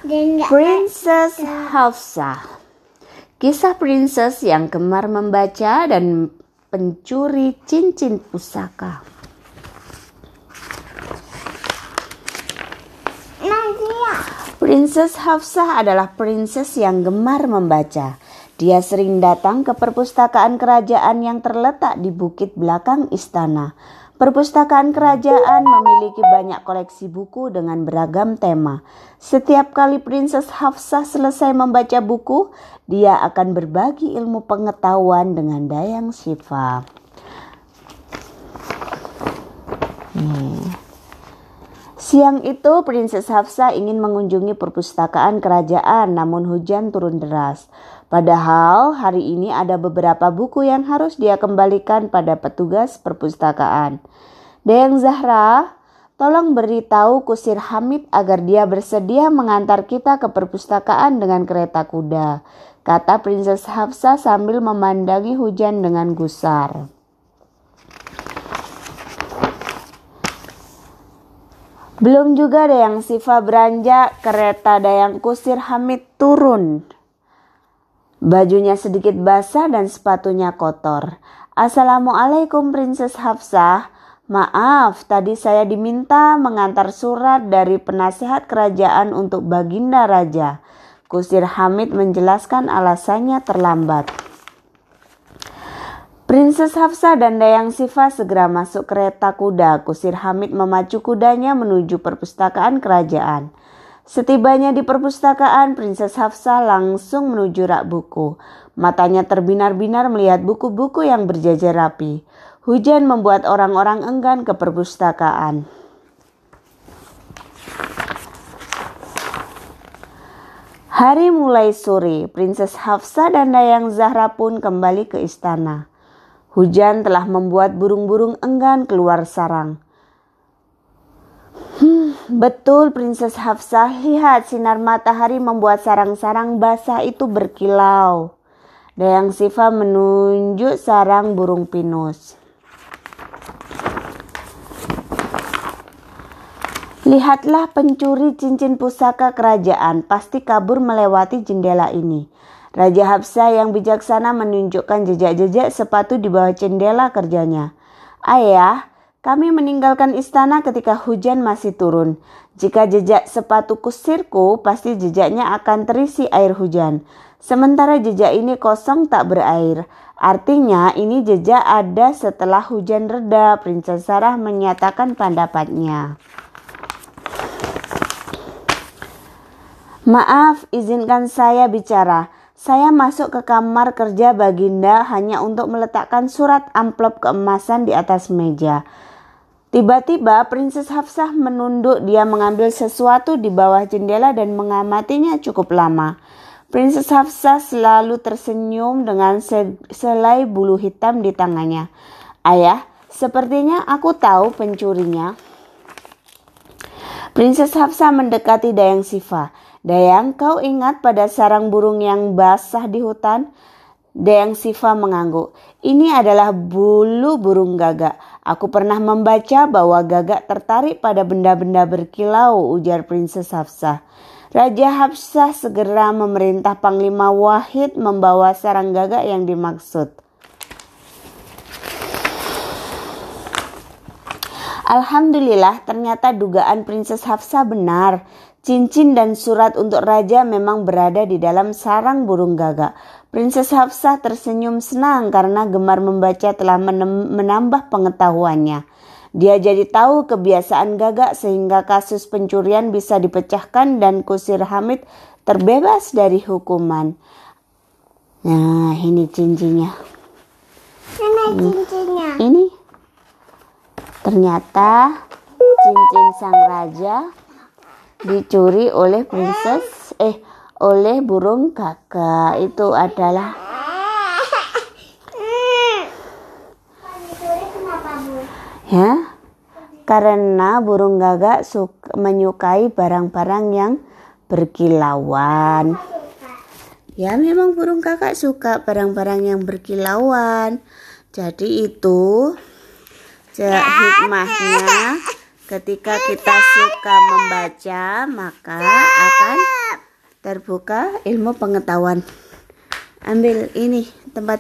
Princess Hafsah. Kisah princess yang gemar membaca dan pencuri cincin pusaka. Princess Hafsah adalah princess yang gemar membaca. Dia sering datang ke perpustakaan kerajaan yang terletak di bukit belakang istana. Perpustakaan kerajaan memiliki banyak koleksi buku dengan beragam tema. Setiap kali Princess Hafsah selesai membaca buku, dia akan berbagi ilmu pengetahuan dengan Dayang Shifa. Siang itu Princess Hafsah ingin mengunjungi perpustakaan kerajaan, namun hujan turun deras. Padahal hari ini ada beberapa buku yang harus dia kembalikan pada petugas perpustakaan. Dayang Zahra, tolong beritahu Kusir Hamid agar dia bersedia mengantar kita ke perpustakaan dengan kereta kuda, kata Princess Hafsah sambil memandangi hujan dengan gusar. Belum juga Dayang Shifa beranjak, kereta Dayang Kusir Hamid turun. Bajunya sedikit basah dan sepatunya kotor. Assalamualaikum Princess Hafsah. Maaf, tadi saya diminta mengantar surat dari penasehat kerajaan untuk Baginda Raja. Kusir Hamid menjelaskan alasannya terlambat. Princess Hafsah dan Dayang Shifa segera masuk kereta kuda. Kusir Hamid memacu kudanya menuju perpustakaan kerajaan. Setibanya di perpustakaan, Princess Hafsah langsung menuju rak buku. Matanya terbinar-binar melihat buku-buku yang berjajar rapi. Hujan membuat orang-orang enggan ke perpustakaan. Hari mulai sore, Princess Hafsah dan Dayang Zahra pun kembali ke istana. Hujan telah membuat burung-burung enggan keluar sarang. Betul Princess Hafsah, lihat sinar matahari membuat sarang-sarang basah itu berkilau. Dayang Shifa menunjuk sarang burung pinus. Lihatlah pencuri cincin pusaka kerajaan, pasti kabur melewati jendela ini. Raja Hafsah yang bijaksana menunjukkan jejak-jejak sepatu di bawah jendela kerjanya. Ayah, kami meninggalkan istana ketika hujan masih turun. Jika jejak sepatu kusirku, pasti jejaknya akan terisi air hujan. Sementara jejak ini kosong tak berair. Artinya ini jejak ada setelah hujan reda, Princess Sarah menyatakan pendapatnya. Maaf, izinkan saya bicara. Saya masuk ke kamar kerja Baginda hanya untuk meletakkan surat amplop keemasan di atas meja. Tiba-tiba Princess Hafsah menunduk, dia mengambil sesuatu di bawah jendela dan mengamatinya cukup lama. Princess Hafsah selalu tersenyum dengan selai bulu hitam di tangannya. Ayah, sepertinya aku tahu pencurinya. Princess Hafsah mendekati Dayang Shifa. Dayang, kau ingat pada sarang burung yang basah di hutan? Dayang Shifa mengangguk. Ini adalah bulu burung gagak. Aku pernah membaca bahwa gagak tertarik pada benda-benda berkilau, ujar Princess Hafsah. Raja Hafsah segera memerintah Panglima Wahid membawa sarang gagak yang dimaksud. Alhamdulillah, ternyata dugaan Princess Hafsah benar. Cincin dan surat untuk raja memang berada di dalam sarang burung gagak. Princess Hafsah tersenyum senang karena gemar membaca telah menambah pengetahuannya. Dia jadi tahu kebiasaan gagak sehingga kasus pencurian bisa dipecahkan dan Kusir Hamid terbebas dari hukuman. Nah, ini cincinnya. Ini ternyata cincin sang raja dicuri oleh oleh burung gagak. Itu adalah ya, karena burung gagak menyukai barang-barang yang berkilauan. Ya, memang burung gagak suka barang-barang yang berkilauan. Jadi itu hikmahnya. Ketika kita suka membaca, maka akan terbuka ilmu pengetahuan. Ambil ini tempat